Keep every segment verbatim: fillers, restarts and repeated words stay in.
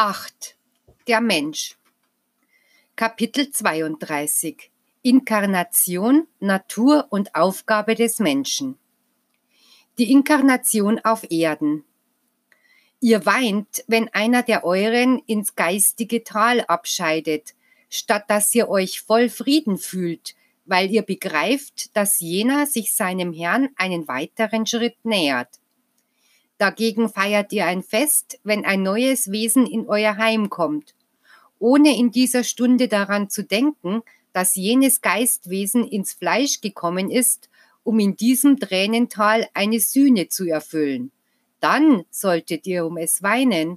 acht. Der Mensch. Kapitel zweiunddreißig. Inkarnation, Natur und Aufgabe des Menschen. Die Inkarnation auf Erden. Ihr weint, wenn einer der euren ins geistige Tal abscheidet, statt dass ihr euch voll Frieden fühlt, weil ihr begreift, dass jener sich seinem Herrn einen weiteren Schritt nähert. Dagegen feiert ihr ein Fest, wenn ein neues Wesen in euer Heim kommt, ohne in dieser Stunde daran zu denken, dass jenes Geistwesen ins Fleisch gekommen ist, um in diesem Tränental eine Sühne zu erfüllen. Dann solltet ihr um es weinen.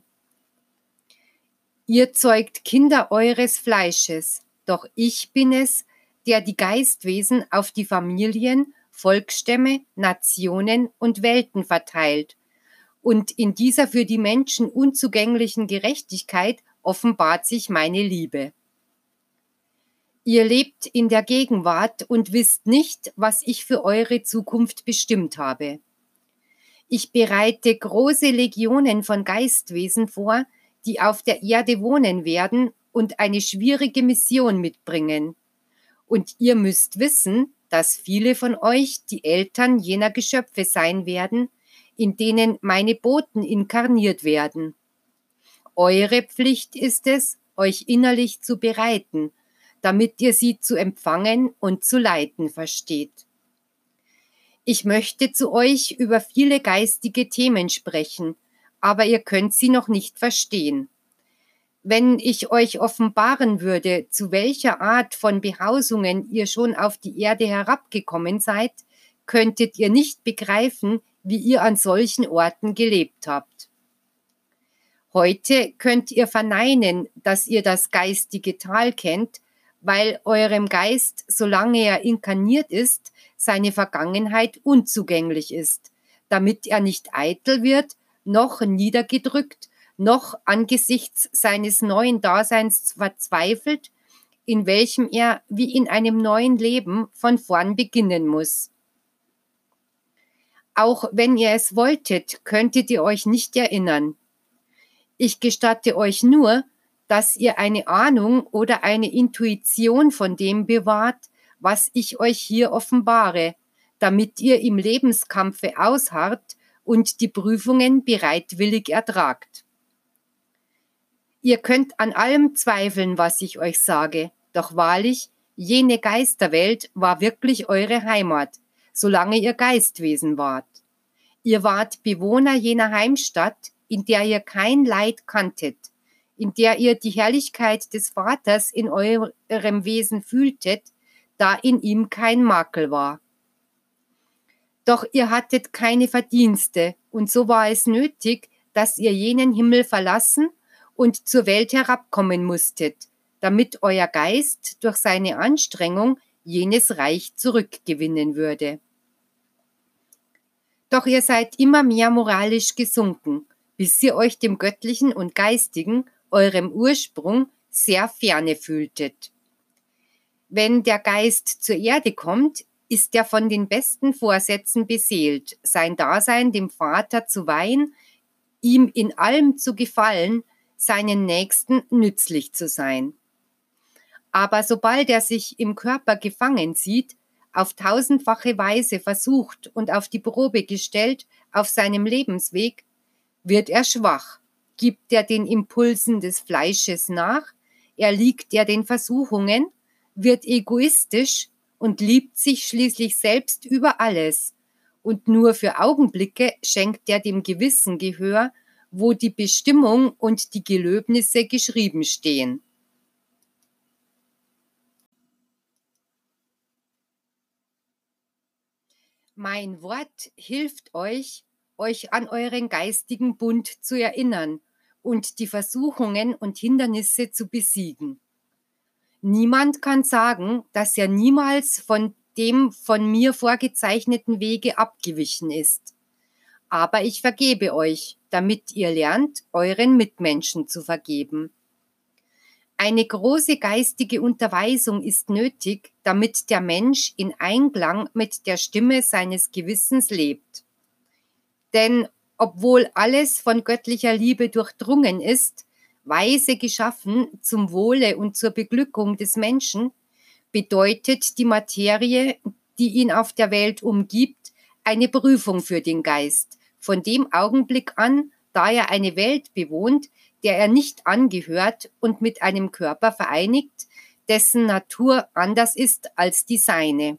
Ihr zeugt Kinder eures Fleisches, doch ich bin es, der die Geistwesen auf die Familien, Volksstämme, Nationen und Welten verteilt. Und in dieser für die Menschen unzugänglichen Gerechtigkeit offenbart sich meine Liebe. Ihr lebt in der Gegenwart und wisst nicht, was ich für eure Zukunft bestimmt habe. Ich bereite große Legionen von Geistwesen vor, die auf der Erde wohnen werden und eine schwierige Mission mitbringen. Und ihr müsst wissen, dass viele von euch die Eltern jener Geschöpfe sein werden, in denen meine Boten inkarniert werden. Eure Pflicht ist es, euch innerlich zu bereiten, damit ihr sie zu empfangen und zu leiten versteht. Ich möchte zu euch über viele geistige Themen sprechen, aber ihr könnt sie noch nicht verstehen. Wenn ich euch offenbaren würde, zu welcher Art von Behausungen ihr schon auf die Erde herabgekommen seid, könntet ihr nicht begreifen, wie ihr an solchen Orten gelebt habt. Heute könnt ihr verneinen, dass ihr das geistige Tal kennt, weil eurem Geist, solange er inkarniert ist, seine Vergangenheit unzugänglich ist, damit er nicht eitel wird, noch niedergedrückt, noch angesichts seines neuen Daseins verzweifelt, in welchem er wie in einem neuen Leben von vorn beginnen muss. Auch wenn ihr es wolltet, könntet ihr euch nicht erinnern. Ich gestatte euch nur, dass ihr eine Ahnung oder eine Intuition von dem bewahrt, was ich euch hier offenbare, damit ihr im Lebenskampfe ausharrt und die Prüfungen bereitwillig ertragt. Ihr könnt an allem zweifeln, was ich euch sage, doch wahrlich, jene Geisterwelt war wirklich eure Heimat, solange ihr Geistwesen wart. Ihr wart Bewohner jener Heimstadt, in der ihr kein Leid kanntet, in der ihr die Herrlichkeit des Vaters in eurem Wesen fühltet, da in ihm kein Makel war. Doch ihr hattet keine Verdienste, und so war es nötig, dass ihr jenen Himmel verlassen und zur Welt herabkommen musstet, damit euer Geist durch seine Anstrengung jenes Reich zurückgewinnen würde. Doch ihr seid immer mehr moralisch gesunken, bis ihr euch dem Göttlichen und Geistigen, eurem Ursprung, sehr ferne fühltet. Wenn der Geist zur Erde kommt, ist er von den besten Vorsätzen beseelt, sein Dasein dem Vater zu weihen, ihm in allem zu gefallen, seinen Nächsten nützlich zu sein. Aber sobald er sich im Körper gefangen sieht, auf tausendfache Weise versucht und auf die Probe gestellt auf seinem Lebensweg, wird er schwach, gibt er den Impulsen des Fleisches nach, erliegt er den Versuchungen, wird egoistisch und liebt sich schließlich selbst über alles. Und nur für Augenblicke schenkt er dem Gewissen Gehör, wo die Bestimmung und die Gelöbnisse geschrieben stehen. Mein Wort hilft euch, euch an euren geistigen Bund zu erinnern und die Versuchungen und Hindernisse zu besiegen. Niemand kann sagen, dass er niemals von dem von mir vorgezeichneten Wege abgewichen ist. Aber ich vergebe euch, damit ihr lernt, euren Mitmenschen zu vergeben. Eine große geistige Unterweisung ist nötig, damit der Mensch in Einklang mit der Stimme seines Gewissens lebt. Denn obwohl alles von göttlicher Liebe durchdrungen ist, weise geschaffen zum Wohle und zur Beglückung des Menschen, bedeutet die Materie, die ihn auf der Welt umgibt, eine Prüfung für den Geist. Von dem Augenblick an, da er eine Welt bewohnt, der er nicht angehört und mit einem Körper vereinigt, dessen Natur anders ist als die seine.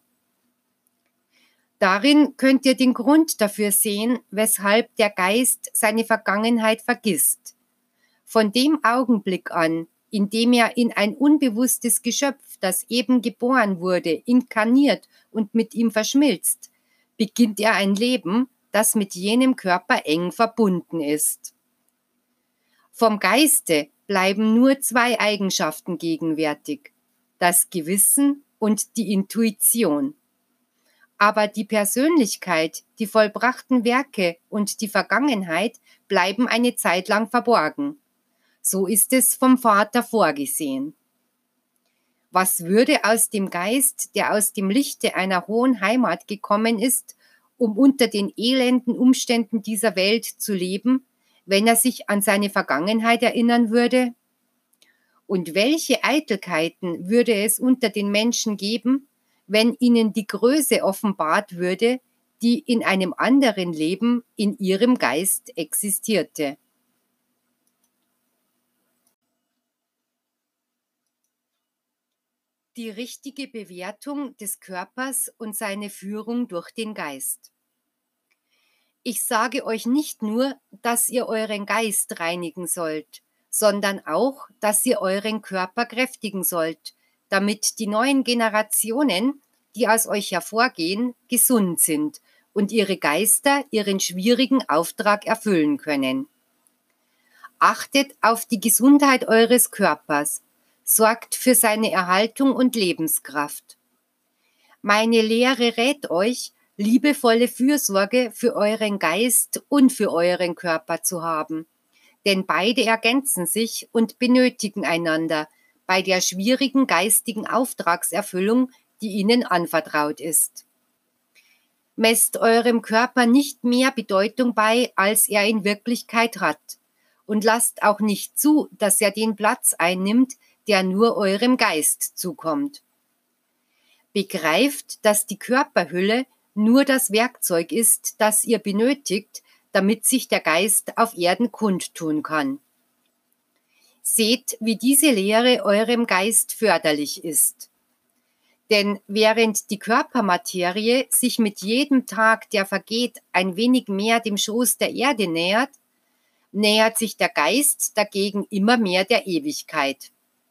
Darin könnt ihr den Grund dafür sehen, weshalb der Geist seine Vergangenheit vergisst. Von dem Augenblick an, in dem er in ein unbewusstes Geschöpf, das eben geboren wurde, inkarniert und mit ihm verschmilzt, beginnt er ein Leben, das mit jenem Körper eng verbunden ist. Vom Geiste bleiben nur zwei Eigenschaften gegenwärtig: das Gewissen und die Intuition. Aber die Persönlichkeit, die vollbrachten Werke und die Vergangenheit bleiben eine Zeit lang verborgen. So ist es vom Vater vorgesehen. Was würde aus dem Geist, der aus dem Lichte einer hohen Heimat gekommen ist, um unter den elenden Umständen dieser Welt zu leben, wenn er sich an seine Vergangenheit erinnern würde? Und welche Eitelkeiten würde es unter den Menschen geben, wenn ihnen die Größe offenbart würde, die in einem anderen Leben in ihrem Geist existierte? Die richtige Bewertung des Körpers und seine Führung durch den Geist. Ich sage euch nicht nur, dass ihr euren Geist reinigen sollt, sondern auch, dass ihr euren Körper kräftigen sollt, damit die neuen Generationen, die aus euch hervorgehen, gesund sind und ihre Geister ihren schwierigen Auftrag erfüllen können. Achtet auf die Gesundheit eures Körpers, sorgt für seine Erhaltung und Lebenskraft. Meine Lehre rät euch, liebevolle Fürsorge für euren Geist und für euren Körper zu haben, denn beide ergänzen sich und benötigen einander bei der schwierigen geistigen Auftragserfüllung, die ihnen anvertraut ist. Messt eurem Körper nicht mehr Bedeutung bei, als er in Wirklichkeit hat, und lasst auch nicht zu, dass er den Platz einnimmt, der nur eurem Geist zukommt. Begreift, dass die Körperhülle nur das Werkzeug ist, das ihr benötigt, damit sich der Geist auf Erden kundtun kann. Seht, wie diese Lehre eurem Geist förderlich ist. Denn während die Körpermaterie sich mit jedem Tag, der vergeht, ein wenig mehr dem Schoß der Erde nähert, nähert sich der Geist dagegen immer mehr der Ewigkeit.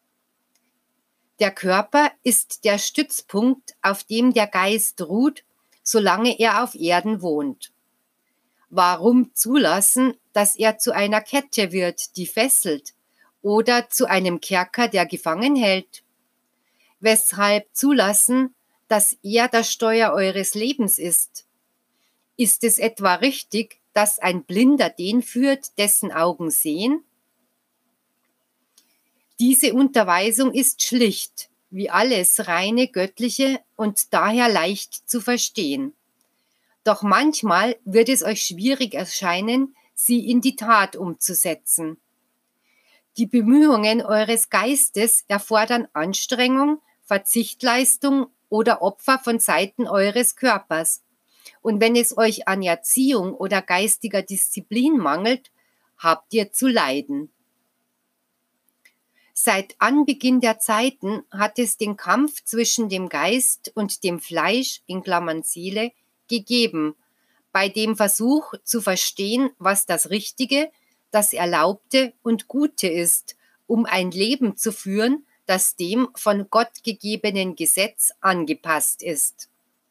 Der Körper ist der Stützpunkt, auf dem der Geist ruht, solange er auf Erden wohnt. Warum zulassen, dass er zu einer Kette wird, die fesselt, oder zu einem Kerker, der gefangen hält? Weshalb zulassen, dass er das Steuer eures Lebens ist? Ist es etwa richtig, dass ein Blinder den führt, dessen Augen sehen? Diese Unterweisung ist schlicht, wie alles reine göttliche und daher leicht zu verstehen. Doch manchmal wird es euch schwierig erscheinen, sie in die Tat umzusetzen. Die Bemühungen eures Geistes erfordern Anstrengung, Verzichtleistung oder Opfer von Seiten eures Körpers. Und wenn es euch an Erziehung oder geistiger Disziplin mangelt, habt ihr zu leiden. Seit Anbeginn der Zeiten hat es den Kampf zwischen dem Geist und dem Fleisch in Klammern Seele gegeben, bei dem Versuch zu verstehen, was das Richtige, das Erlaubte und Gute ist, um ein Leben zu führen, das dem von Gott gegebenen Gesetz angepasst ist.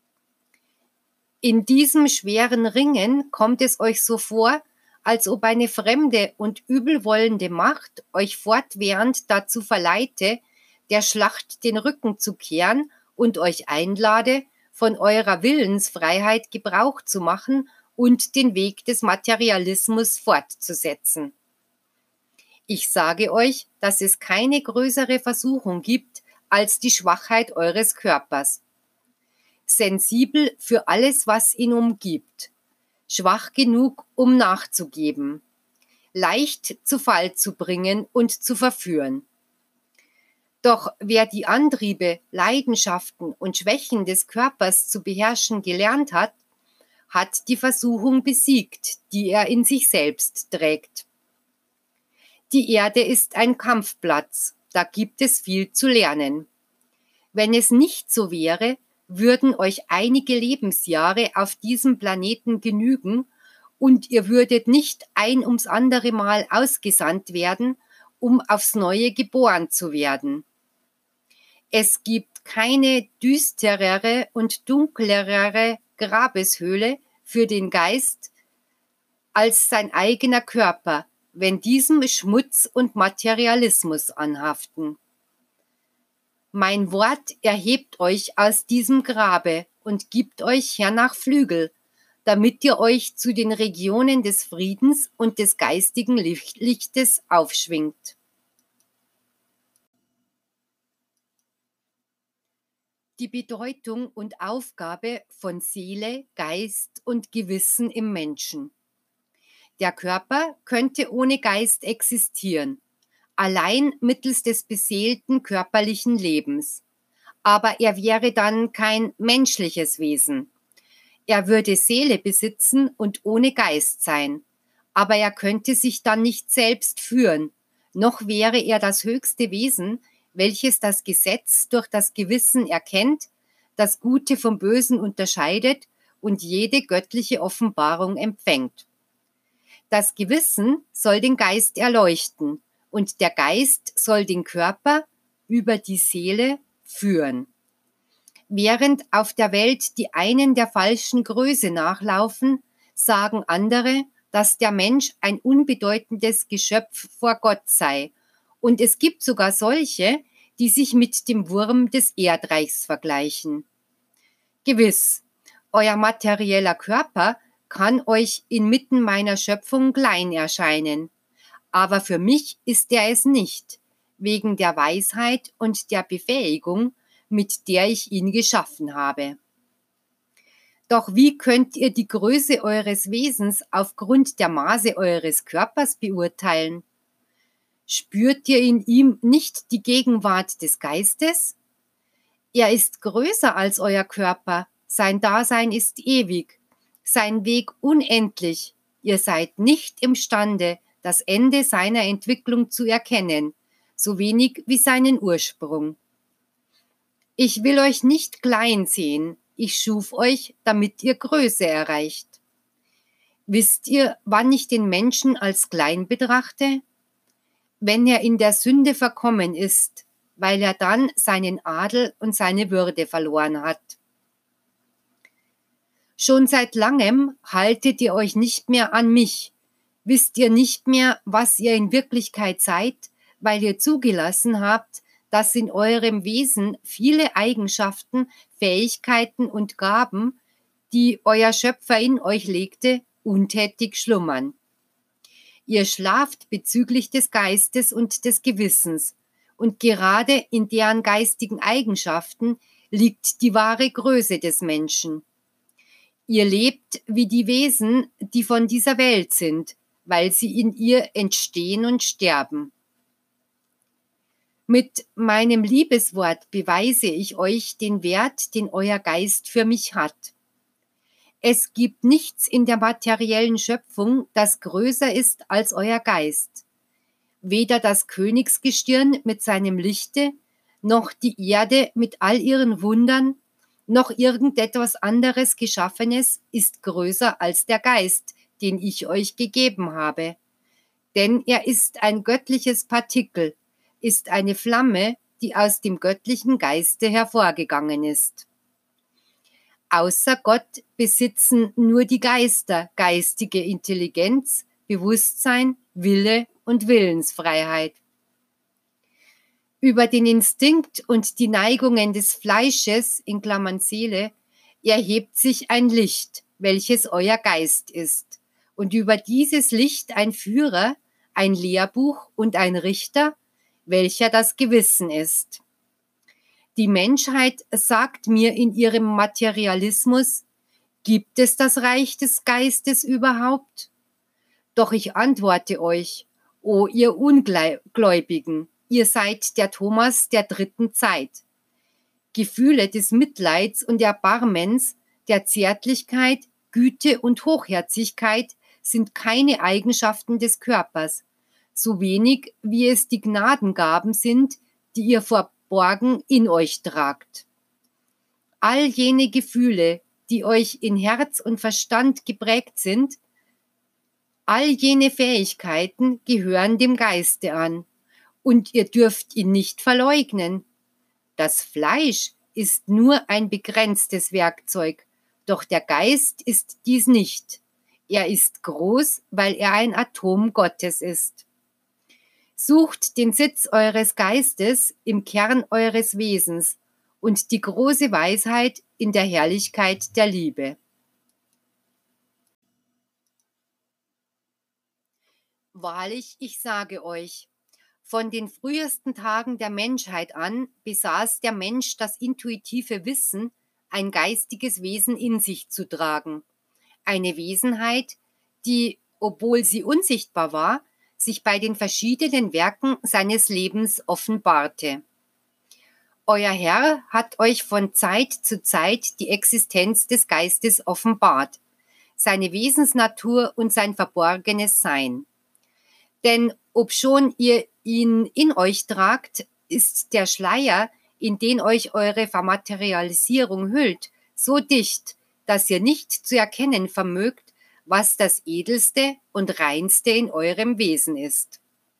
In diesem schweren Ringen kommt es euch so vor, als ob eine fremde und übelwollende Macht euch fortwährend dazu verleite, der Schlacht den Rücken zu kehren und euch einlade, von eurer Willensfreiheit Gebrauch zu machen und den Weg des Materialismus fortzusetzen. Ich sage euch, dass es keine größere Versuchung gibt als die Schwachheit eures Körpers. Sensibel für alles, was ihn umgibt, schwach genug, um nachzugeben, leicht zu Fall zu bringen und zu verführen. Doch wer die Antriebe, Leidenschaften und Schwächen des Körpers zu beherrschen gelernt hat, hat die Versuchung besiegt, die er in sich selbst trägt. Die Erde ist ein Kampfplatz, da gibt es viel zu lernen. Wenn es nicht so wäre, würden euch einige Lebensjahre auf diesem Planeten genügen und ihr würdet nicht ein ums andere Mal ausgesandt werden, um aufs Neue geboren zu werden. Es gibt keine düsterere und dunklere Grabeshöhle für den Geist als sein eigener Körper, wenn diesem Schmutz und Materialismus anhaften. Mein Wort erhebt euch aus diesem Grabe und gibt euch hernach Flügel, damit ihr euch zu den Regionen des Friedens und des geistigen Lichtes aufschwingt. Die Bedeutung und Aufgabe von Seele, Geist und Gewissen im Menschen. Der Körper könnte ohne Geist existieren, allein mittels des beseelten körperlichen Lebens. Aber er wäre dann kein menschliches Wesen. Er würde Seele besitzen und ohne Geist sein. Aber er könnte sich dann nicht selbst führen, noch wäre er das höchste Wesen, welches das Gesetz durch das Gewissen erkennt, das Gute vom Bösen unterscheidet und jede göttliche Offenbarung empfängt. Das Gewissen soll den Geist erleuchten und der Geist soll den Körper über die Seele führen. Während auf der Welt die einen der falschen Größe nachlaufen, sagen andere, dass der Mensch ein unbedeutendes Geschöpf vor Gott sei. Und es gibt sogar solche, die sich mit dem Wurm des Erdreichs vergleichen. Gewiss, euer materieller Körper kann euch inmitten meiner Schöpfung klein erscheinen. Aber für mich ist er es nicht, wegen der Weisheit und der Befähigung, mit der ich ihn geschaffen habe. Doch wie könnt ihr die Größe eures Wesens aufgrund der Maße eures Körpers beurteilen? Spürt ihr in ihm nicht die Gegenwart des Geistes? Er ist größer als euer Körper, sein Dasein ist ewig, sein Weg unendlich. Ihr seid nicht imstande, das Ende seiner Entwicklung zu erkennen, so wenig wie seinen Ursprung. Ich will euch nicht klein sehen, ich schuf euch, damit ihr Größe erreicht. Wisst ihr, wann ich den Menschen als klein betrachte? Wenn er in der Sünde verkommen ist, weil er dann seinen Adel und seine Würde verloren hat. Schon seit langem haltet ihr euch nicht mehr an mich, wisst ihr nicht mehr, was ihr in Wirklichkeit seid, weil ihr zugelassen habt, dass in eurem Wesen viele Eigenschaften, Fähigkeiten und Gaben, die euer Schöpfer in euch legte, untätig schlummern. Ihr schlaft bezüglich des Geistes und des Gewissens, und gerade in deren geistigen Eigenschaften liegt die wahre Größe des Menschen. Ihr lebt wie die Wesen, die von dieser Welt sind, weil sie in ihr entstehen und sterben. Mit meinem Liebeswort beweise ich euch den Wert, den euer Geist für mich hat. Es gibt nichts in der materiellen Schöpfung, das größer ist als euer Geist. Weder das Königsgestirn mit seinem Lichte, noch die Erde mit all ihren Wundern, noch irgendetwas anderes Geschaffenes ist größer als der Geist, den ich euch gegeben habe. Denn er ist ein göttliches Partikel, ist eine Flamme, die aus dem göttlichen Geiste hervorgegangen ist. Außer Gott besitzen nur die Geister geistige Intelligenz, Bewusstsein, Wille und Willensfreiheit. Über den Instinkt und die Neigungen des Fleisches, in Klammern Seele, erhebt sich ein Licht, welches euer Geist ist, und über dieses Licht ein Führer, ein Lehrbuch und ein Richter, welcher das Gewissen ist. Die Menschheit sagt mir in ihrem Materialismus, gibt es das Reich des Geistes überhaupt? Doch ich antworte euch, o ihr Ungläubigen, ihr seid der Thomas der dritten Zeit. Gefühle des Mitleids und Erbarmens, der Zärtlichkeit, Güte und Hochherzigkeit sind keine Eigenschaften des Körpers, so wenig wie es die Gnadengaben sind, die ihr verborgen in euch tragt. All jene Gefühle, die euch in Herz und Verstand geprägt sind, all jene Fähigkeiten gehören dem Geiste an, und ihr dürft ihn nicht verleugnen. Das Fleisch ist nur ein begrenztes Werkzeug, doch der Geist ist dies nicht. Er ist groß, weil er ein Atom Gottes ist. Sucht den Sitz eures Geistes im Kern eures Wesens und die große Weisheit in der Herrlichkeit der Liebe. Wahrlich, ich sage euch, von den frühesten Tagen der Menschheit an besaß der Mensch das intuitive Wissen, ein geistiges Wesen in sich zu tragen. Eine Wesenheit, die, obwohl sie unsichtbar war, sich bei den verschiedenen Werken seines Lebens offenbarte. Euer Herr hat euch von Zeit zu Zeit die Existenz des Geistes offenbart, seine Wesensnatur und sein verborgenes Sein. Denn obschon ihr ihn in euch tragt, ist der Schleier, in den euch eure Vermaterialisierung hüllt, so dicht, dass ihr nicht zu erkennen vermögt, was das Edelste und Reinste in eurem Wesen ist.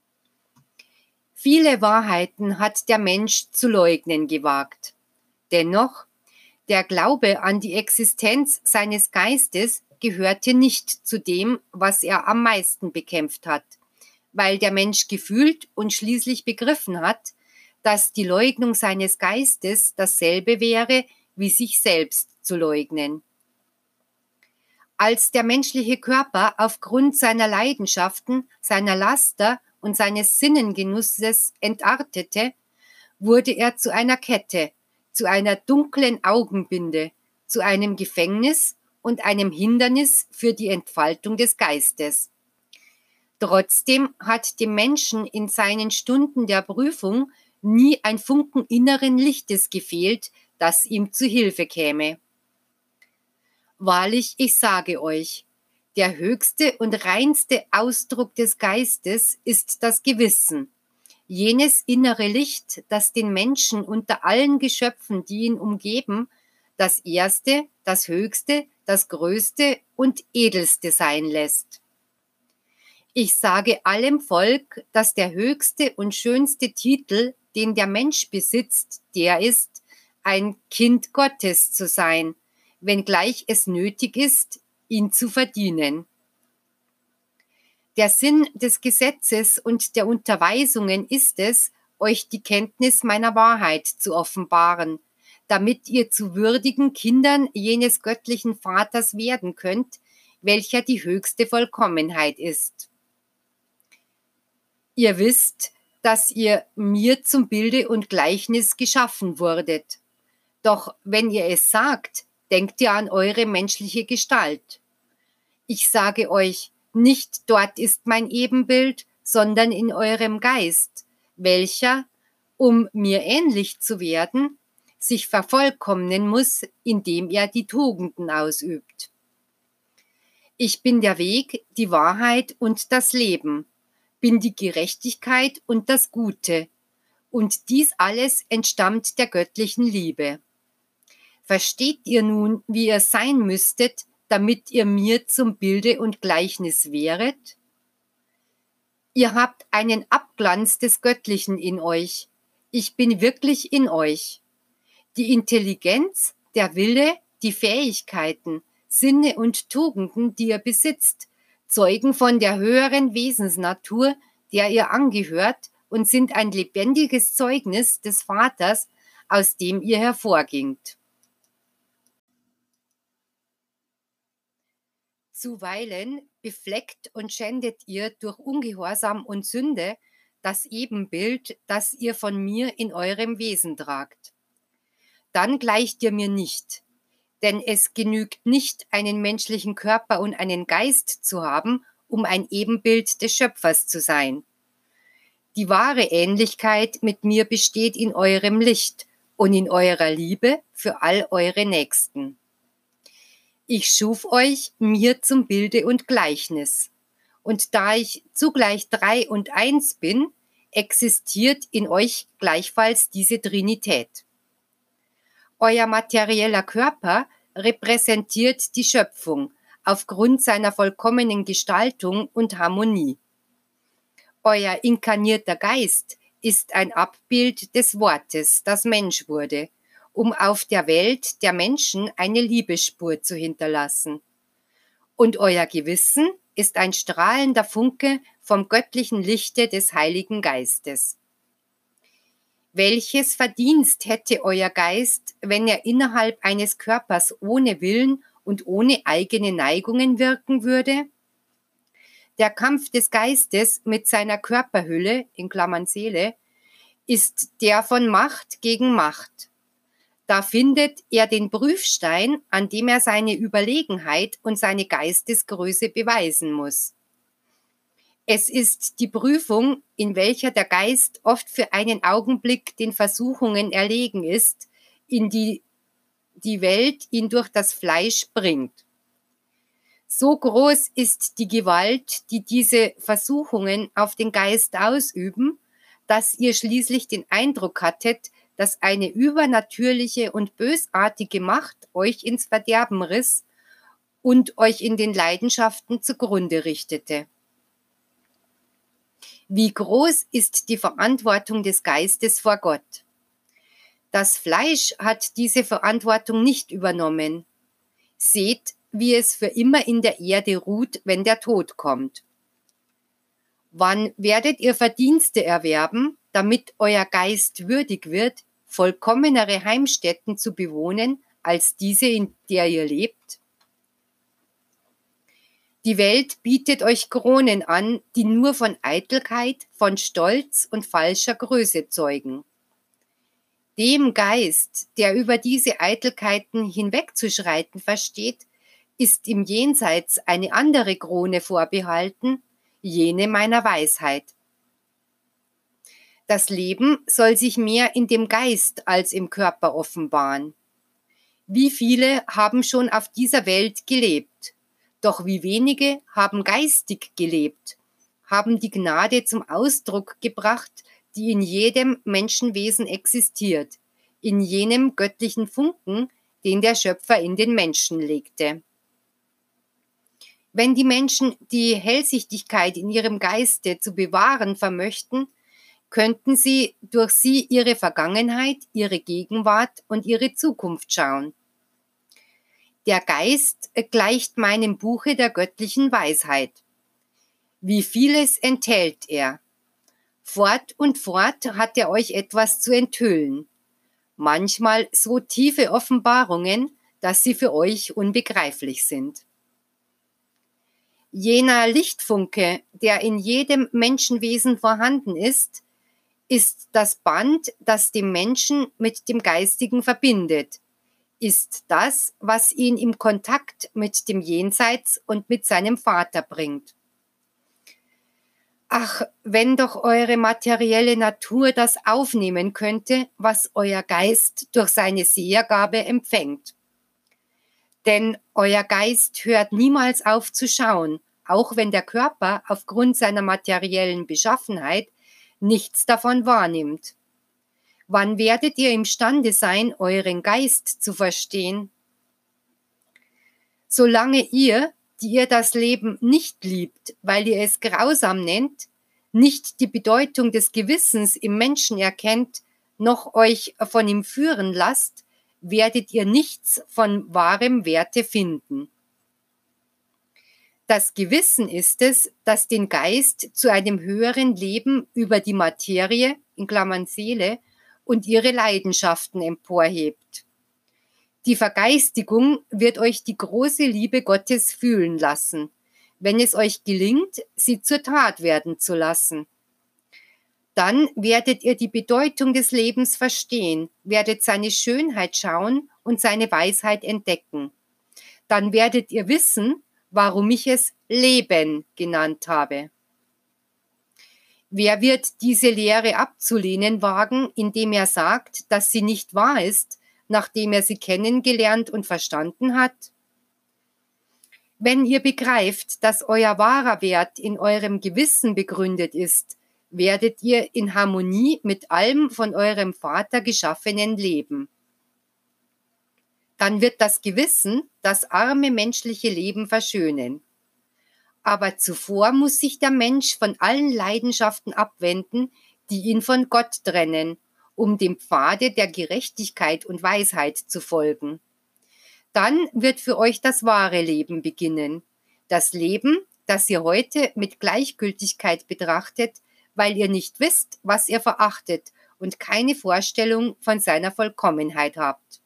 Viele Wahrheiten hat der Mensch zu leugnen gewagt. Dennoch, der Glaube an die Existenz seines Geistes gehörte nicht zu dem, was er am meisten bekämpft hat, weil der Mensch gefühlt und schließlich begriffen hat, dass die Leugnung seines Geistes dasselbe wäre, wie sich selbst zu leugnen. Als der menschliche Körper aufgrund seiner Leidenschaften, seiner Laster und seines Sinnengenusses entartete, wurde er zu einer Kette, zu einer dunklen Augenbinde, zu einem Gefängnis und einem Hindernis für die Entfaltung des Geistes. Trotzdem hat dem Menschen in seinen Stunden der Prüfung nie ein Funken inneren Lichtes gefehlt, das ihm zu Hilfe käme. Wahrlich, ich sage euch, der höchste und reinste Ausdruck des Geistes ist das Gewissen, jenes innere Licht, das den Menschen unter allen Geschöpfen, die ihn umgeben, das Erste, das Höchste, das Größte und Edelste sein lässt. Ich sage allem Volk, dass der höchste und schönste Titel, den der Mensch besitzt, der ist, ein Kind Gottes zu sein, wenngleich es nötig ist, ihn zu verdienen. Der Sinn des Gesetzes und der Unterweisungen ist es, euch die Kenntnis meiner Wahrheit zu offenbaren, damit ihr zu würdigen Kindern jenes göttlichen Vaters werden könnt, welcher die höchste Vollkommenheit ist. Ihr wisst, dass ihr mir zum Bilde und Gleichnis geschaffen wurdet. Doch wenn ihr es sagt, denkt ihr an eure menschliche Gestalt. Ich sage euch, nicht dort ist mein Ebenbild, sondern in eurem Geist, welcher, um mir ähnlich zu werden, sich vervollkommnen muss, indem er die Tugenden ausübt. Ich bin der Weg, die Wahrheit und das Leben, bin die Gerechtigkeit und das Gute, und dies alles entstammt der göttlichen Liebe. Versteht ihr nun, wie ihr sein müsstet, damit ihr mir zum Bilde und Gleichnis wäret? Ihr habt einen Abglanz des Göttlichen in euch. Ich bin wirklich in euch. Die Intelligenz, der Wille, die Fähigkeiten, Sinne und Tugenden, die ihr besitzt, zeugen von der höheren Wesensnatur, der ihr angehört, und sind ein lebendiges Zeugnis des Vaters, aus dem ihr hervorgingt. Zuweilen befleckt und schändet ihr durch Ungehorsam und Sünde das Ebenbild, das ihr von mir in eurem Wesen tragt. Dann gleicht ihr mir nicht, denn es genügt nicht, einen menschlichen Körper und einen Geist zu haben, um ein Ebenbild des Schöpfers zu sein. Die wahre Ähnlichkeit mit mir besteht in eurem Licht und in eurer Liebe für all eure Nächsten. Ich schuf euch mir zum Bilde und Gleichnis. Und da ich zugleich drei und eins bin, existiert in euch gleichfalls diese Trinität. Euer materieller Körper repräsentiert die Schöpfung aufgrund seiner vollkommenen Gestaltung und Harmonie. Euer inkarnierter Geist ist ein Abbild des Wortes, das Mensch wurde, um auf der Welt der Menschen eine Liebesspur zu hinterlassen. Und euer Gewissen ist ein strahlender Funke vom göttlichen Lichte des Heiligen Geistes. Welches Verdienst hätte euer Geist, wenn er innerhalb eines Körpers ohne Willen und ohne eigene Neigungen wirken würde? Der Kampf des Geistes mit seiner Körperhülle, in Klammern Seele, ist der von Macht gegen Macht. Da findet er den Prüfstein, an dem er seine Überlegenheit und seine Geistesgröße beweisen muss. Es ist die Prüfung, in welcher der Geist oft für einen Augenblick den Versuchungen erlegen ist, in die die Welt ihn durch das Fleisch bringt. So groß ist die Gewalt, die diese Versuchungen auf den Geist ausüben, dass ihr schließlich den Eindruck hattet, dass eine übernatürliche und bösartige Macht euch ins Verderben riss und euch in den Leidenschaften zugrunde richtete. Wie groß ist die Verantwortung des Geistes vor Gott? Das Fleisch hat diese Verantwortung nicht übernommen. Seht, wie es für immer in der Erde ruht, wenn der Tod kommt. Wann werdet ihr Verdienste erwerben, damit euer Geist würdig wird, vollkommenere Heimstätten zu bewohnen, als diese, in der ihr lebt? Die Welt bietet euch Kronen an, die nur von Eitelkeit, von Stolz und falscher Größe zeugen. Dem Geist, der über diese Eitelkeiten hinwegzuschreiten versteht, ist im Jenseits eine andere Krone vorbehalten, jene meiner Weisheit. Das Leben soll sich mehr in dem Geist als im Körper offenbaren. Wie viele haben schon auf dieser Welt gelebt, doch wie wenige haben geistig gelebt, haben die Gnade zum Ausdruck gebracht, die in jedem Menschenwesen existiert, in jenem göttlichen Funken, den der Schöpfer in den Menschen legte. Wenn die Menschen die Hellsichtigkeit in ihrem Geiste zu bewahren vermöchten, könnten sie durch sie ihre Vergangenheit, ihre Gegenwart und ihre Zukunft schauen. Der Geist gleicht meinem Buche der göttlichen Weisheit. Wie vieles enthält er. Fort und fort hat er euch etwas zu enthüllen. Manchmal so tiefe Offenbarungen, dass sie für euch unbegreiflich sind. Jener Lichtfunke, der in jedem Menschenwesen vorhanden ist, ist das Band, das den Menschen mit dem Geistigen verbindet, ist das, was ihn im Kontakt mit dem Jenseits und mit seinem Vater bringt. Ach, wenn doch eure materielle Natur das aufnehmen könnte, was euer Geist durch seine Sehergabe empfängt. Denn euer Geist hört niemals auf zu schauen, auch wenn der Körper aufgrund seiner materiellen Beschaffenheit nichts davon wahrnimmt. Wann werdet ihr imstande sein, euren Geist zu verstehen? Solange ihr, die ihr das Leben nicht liebt, weil ihr es grausam nennt, nicht die Bedeutung des Gewissens im Menschen erkennt, noch euch von ihm führen lasst, werdet ihr nichts von wahrem Werte finden. Das Gewissen ist es, das den Geist zu einem höheren Leben über die Materie, in Klammern Seele, und ihre Leidenschaften emporhebt. Die Vergeistigung wird euch die große Liebe Gottes fühlen lassen, wenn es euch gelingt, sie zur Tat werden zu lassen. Dann werdet ihr die Bedeutung des Lebens verstehen, werdet seine Schönheit schauen und seine Weisheit entdecken. Dann werdet ihr wissen, warum ich es Leben genannt habe. Wer wird diese Lehre abzulehnen wagen, indem er sagt, dass sie nicht wahr ist, nachdem er sie kennengelernt und verstanden hat? Wenn ihr begreift, dass euer wahrer Wert in eurem Gewissen begründet ist, werdet ihr in Harmonie mit allem von eurem Vater geschaffenen leben. Dann wird das Gewissen das arme menschliche Leben verschönen. Aber zuvor muss sich der Mensch von allen Leidenschaften abwenden, die ihn von Gott trennen, um dem Pfade der Gerechtigkeit und Weisheit zu folgen. Dann wird für euch das wahre Leben beginnen. Das Leben, das ihr heute mit Gleichgültigkeit betrachtet, weil ihr nicht wisst, was ihr verachtet und keine Vorstellung von seiner Vollkommenheit habt.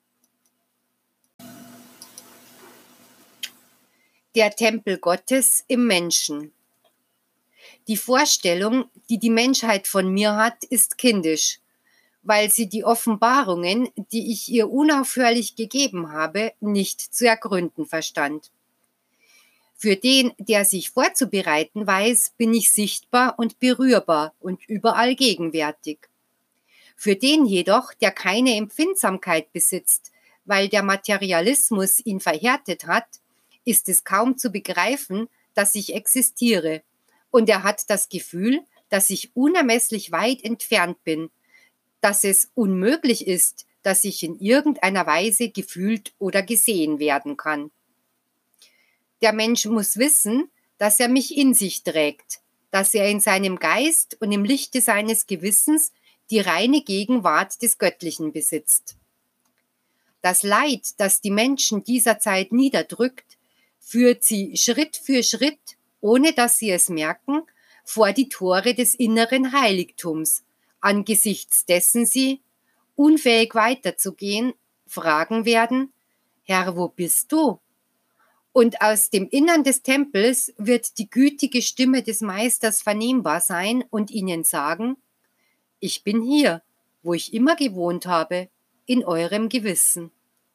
Der Tempel Gottes im Menschen. Die Vorstellung, die die Menschheit von mir hat, ist kindisch, weil sie die Offenbarungen, die ich ihr unaufhörlich gegeben habe, nicht zu ergründen verstand. Für den, der sich vorzubereiten weiß, bin ich sichtbar und berührbar und überall gegenwärtig. Für den jedoch, der keine Empfindsamkeit besitzt, weil der Materialismus ihn verhärtet hat, ist es kaum zu begreifen, dass ich existiere, und er hat das Gefühl, dass ich unermesslich weit entfernt bin, dass es unmöglich ist, dass ich in irgendeiner Weise gefühlt oder gesehen werden kann. Der Mensch muss wissen, dass er mich in sich trägt, dass er in seinem Geist und im Lichte seines Gewissens die reine Gegenwart des Göttlichen besitzt. Das Leid, das die Menschen dieser Zeit niederdrückt, führt sie Schritt für Schritt, ohne dass sie es merken, vor die Tore des inneren Heiligtums, angesichts dessen sie, unfähig weiterzugehen, fragen werden: Herr, wo bist du? Und aus dem Innern des Tempels wird die gütige Stimme des Meisters vernehmbar sein und ihnen sagen: Ich bin hier, wo ich immer gewohnt habe, in eurem Gewissen.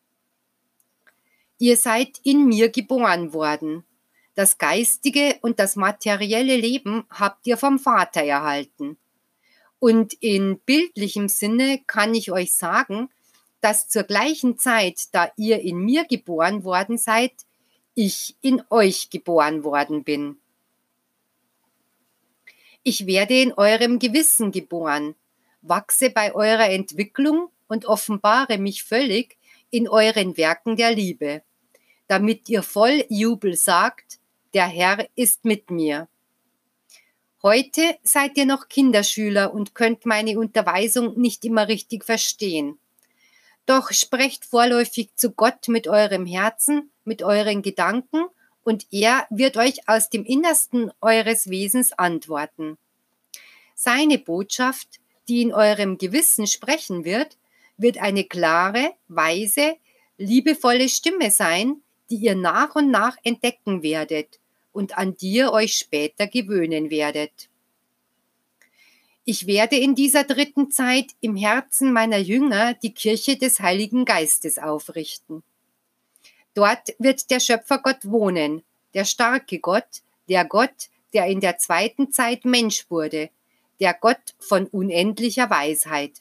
Ihr seid in mir geboren worden. Das geistige und das materielle Leben habt ihr vom Vater erhalten. Und in bildlichem Sinne kann ich euch sagen, dass zur gleichen Zeit, da ihr in mir geboren worden seid, ich in euch geboren worden bin. Ich werde in eurem Gewissen geboren, wachse bei eurer Entwicklung und offenbare mich völlig in euren Werken der Liebe, damit ihr voll Jubel sagt: Der Herr ist mit mir. Heute seid ihr noch Kinderschüler und könnt meine Unterweisung nicht immer richtig verstehen. Doch sprecht vorläufig zu Gott mit eurem Herzen, mit euren Gedanken, und er wird euch aus dem Innersten eures Wesens antworten. Seine Botschaft, die in eurem Gewissen sprechen wird, wird eine klare, weise, liebevolle Stimme sein, die ihr nach und nach entdecken werdet und an die ihr euch später gewöhnen werdet. Ich werde in dieser dritten Zeit im Herzen meiner Jünger die Kirche des Heiligen Geistes aufrichten. Dort wird der Schöpfergott wohnen, der starke Gott, der Gott, der in der zweiten Zeit Mensch wurde, der Gott von unendlicher Weisheit.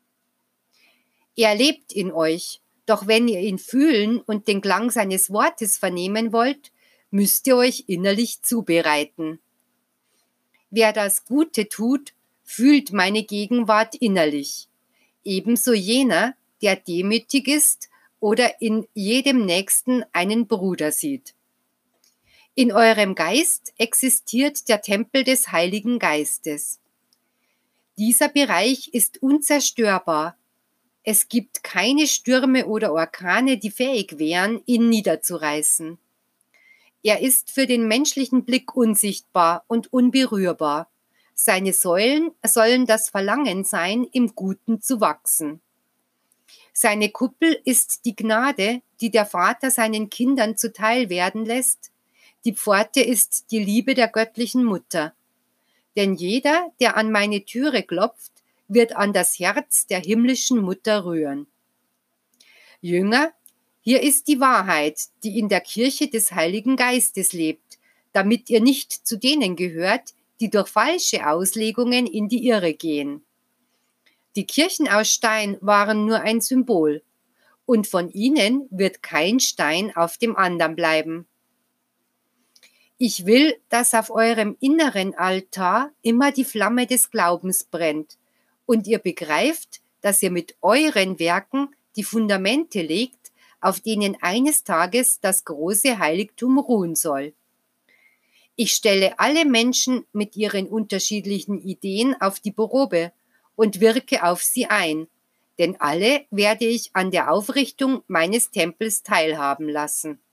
Er lebt in euch, doch wenn ihr ihn fühlen und den Klang seines Wortes vernehmen wollt, müsst ihr euch innerlich zubereiten. Wer das Gute tut, fühlt meine Gegenwart innerlich. Ebenso jener, der demütig ist oder in jedem Nächsten einen Bruder sieht. In eurem Geist existiert der Tempel des Heiligen Geistes. Dieser Bereich ist unzerstörbar. Es gibt keine Stürme oder Orkane, die fähig wären, ihn niederzureißen. Er ist für den menschlichen Blick unsichtbar und unberührbar. Seine Säulen sollen das Verlangen sein, im Guten zu wachsen. Seine Kuppel ist die Gnade, die der Vater seinen Kindern zuteil werden lässt. Die Pforte ist die Liebe der göttlichen Mutter. Denn jeder, der an meine Türe klopft, wird an das Herz der himmlischen Mutter rühren. Jünger, Hier ist die Wahrheit, die in der Kirche des Heiligen Geistes lebt, damit ihr nicht zu denen gehört, die durch falsche Auslegungen in die Irre gehen. Die Kirchen aus Stein waren nur ein Symbol, und von ihnen wird kein Stein auf dem anderen bleiben. Ich will, dass auf eurem inneren Altar immer die Flamme des Glaubens brennt und ihr begreift, dass ihr mit euren Werken die Fundamente legt, auf denen eines Tages das große Heiligtum ruhen soll. Ich stelle alle Menschen mit ihren unterschiedlichen Ideen auf die Probe und wirke auf sie ein, denn alle werde ich an der Aufrichtung meines Tempels teilhaben lassen.